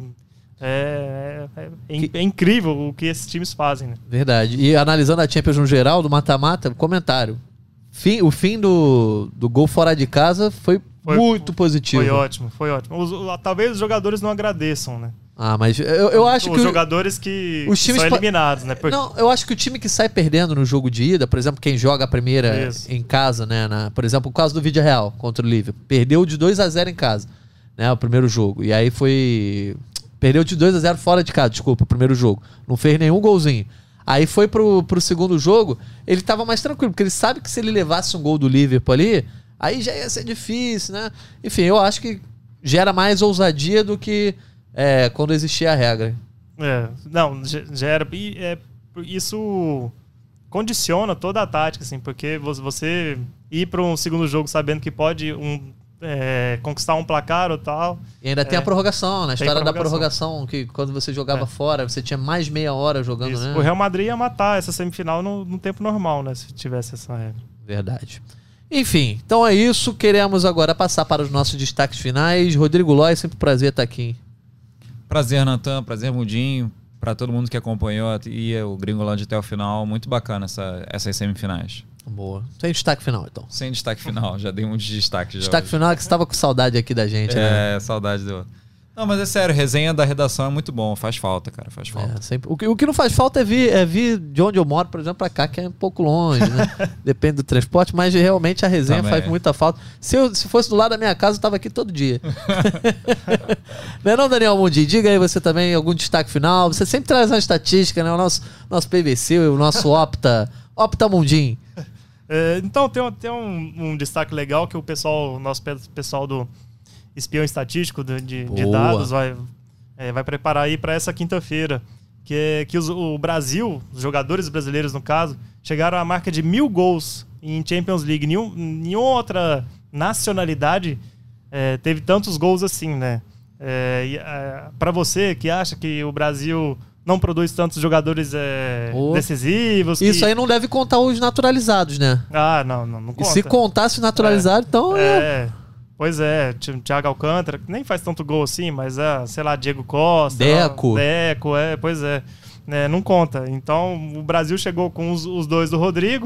É incrível o que esses times fazem, né? Verdade. E analisando a Champions no geral, do mata-mata, comentário. O fim do gol fora de casa foi muito positivo. Foi ótimo. Talvez os jogadores não agradeçam, né? Mas eu acho que... Os jogadores que são eliminados, né? Não, eu acho que o time que sai perdendo no jogo de ida, por exemplo, quem joga a primeira em casa, né? Por exemplo, o caso do Villarreal contra o Liverpool. Perdeu de 2-0 em casa, né? O primeiro jogo. E aí perdeu de 2-0 fora de casa, desculpa, o primeiro jogo. Não fez nenhum golzinho. Aí foi pro segundo jogo, ele tava mais tranquilo, porque ele sabe que se ele levasse um gol do Liverpool ali, aí já ia ser difícil, né? Enfim, eu acho que gera mais ousadia do que quando existia a regra. Gera. Isso condiciona toda a tática, assim, porque você ir para um segundo jogo sabendo que pode conquistar um placar ou tal. E ainda tem a prorrogação, né? A história da prorrogação, que quando você jogava fora, você tinha mais meia hora jogando, né? O Real Madrid ia matar essa semifinal no tempo normal, né? Se tivesse essa regra. Verdade. Enfim, então é isso. Queremos agora passar para os nossos destaques finais. Rodrigo Lois, sempre um prazer estar aqui. Prazer, Natan. Prazer, Mundinho. Para todo mundo que acompanhou o Gringolândia até o final. Muito bacana essas semifinais. Boa. Sem destaque final, então. Sem destaque final, já dei um de destaque. Destaque final é que você estava com saudade aqui da gente, né? Saudade do... Não, mas é sério, resenha da redação é muito bom, faz falta, cara, faz falta. Sempre. O que não faz falta é vir de onde eu moro, por exemplo, pra cá, que é um pouco longe, né? Depende do transporte, mas realmente a resenha faz muita falta. Se fosse do lado da minha casa, eu tava aqui todo dia. Não, Daniel Mundi? Diga aí você também algum destaque final. Você sempre traz uma estatística, né? O nosso PVC, o nosso Opta Mundim. Então, tem um destaque legal que nosso pessoal do Espião Estatístico de dados vai preparar aí para essa quinta-feira, que o Brasil, os jogadores brasileiros no caso, chegaram à marca de 1.000 gols em Champions League. Nenhuma outra nacionalidade teve tantos gols assim, né? Para você que acha que o Brasil não produz tantos jogadores decisivos... Isso aí não deve contar os naturalizados, né? Não conta. E se contasse os naturalizados, então... Pois é, Thiago Alcântara, que nem faz tanto gol assim, mas sei lá, Diego Costa... Deco, pois é. Não conta. Então, o Brasil chegou com os 2 do Rodrigo,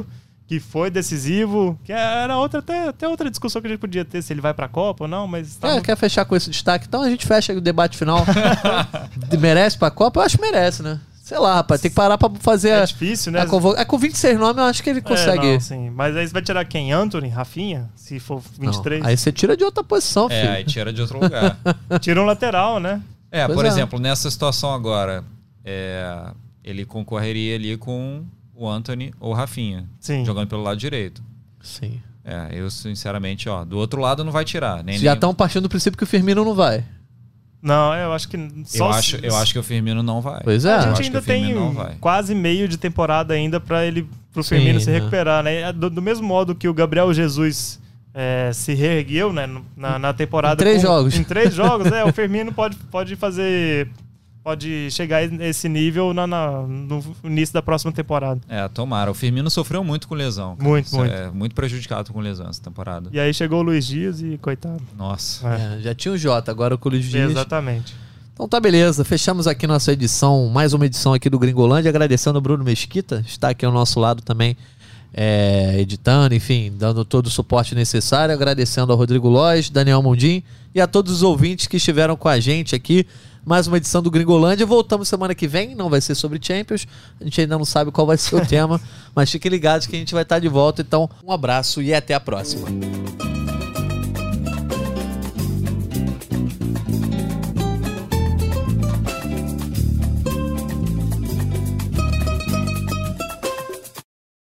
que foi decisivo, que era até outra discussão que a gente podia ter, se ele vai pra Copa ou não, mas... Quer fechar com esse destaque? Então a gente fecha o debate final. Merece pra Copa? Eu acho que merece, né? Sei lá, rapaz, tem que parar pra fazer... É difícil, né? Com 26 nomes, eu acho que ele consegue... Não, sim. Mas aí você vai tirar quem? Anthony? Rafinha? Se for 23? Não, aí você tira de outra posição, filho. Aí tira de outro lugar. Tira um lateral, né? Por exemplo, nessa situação agora, ele concorreria ali com o Anthony ou o Rafinha, jogando pelo lado direito. Sim. Eu sinceramente, do outro lado não vai tirar. Já estão partindo do princípio que o Firmino não vai. Não, eu acho que... Eu acho que o Firmino não vai. Pois é. A gente ainda tem quase meio de temporada ainda pro Firmino se recuperar, né? Do mesmo modo que o Gabriel Jesus se reergueu, né, na temporada... Em 3 jogos. Em 3 jogos, o Firmino pode fazer... Pode chegar a esse nível no início da próxima temporada. Tomara. O Firmino sofreu muito com lesão. Muito. Muito prejudicado com lesão essa temporada. E aí chegou o Luiz Dias e coitado. Nossa. Já tinha o Jota, agora com o Luiz Dias. Exatamente. Então tá, beleza. Fechamos aqui nossa edição, mais uma edição aqui do Gringolândia, agradecendo ao Bruno Mesquita, está aqui ao nosso lado também, editando, enfim, dando todo o suporte necessário, agradecendo ao Rodrigo Lois, Daniel Mundim e a todos os ouvintes que estiveram com a gente aqui. Mais uma edição do Gringolândia. Voltamos semana que vem, não vai ser sobre Champions. A gente ainda não sabe qual vai ser o tema, mas fiquem ligados que a gente vai estar de volta. Então, um abraço e até a próxima.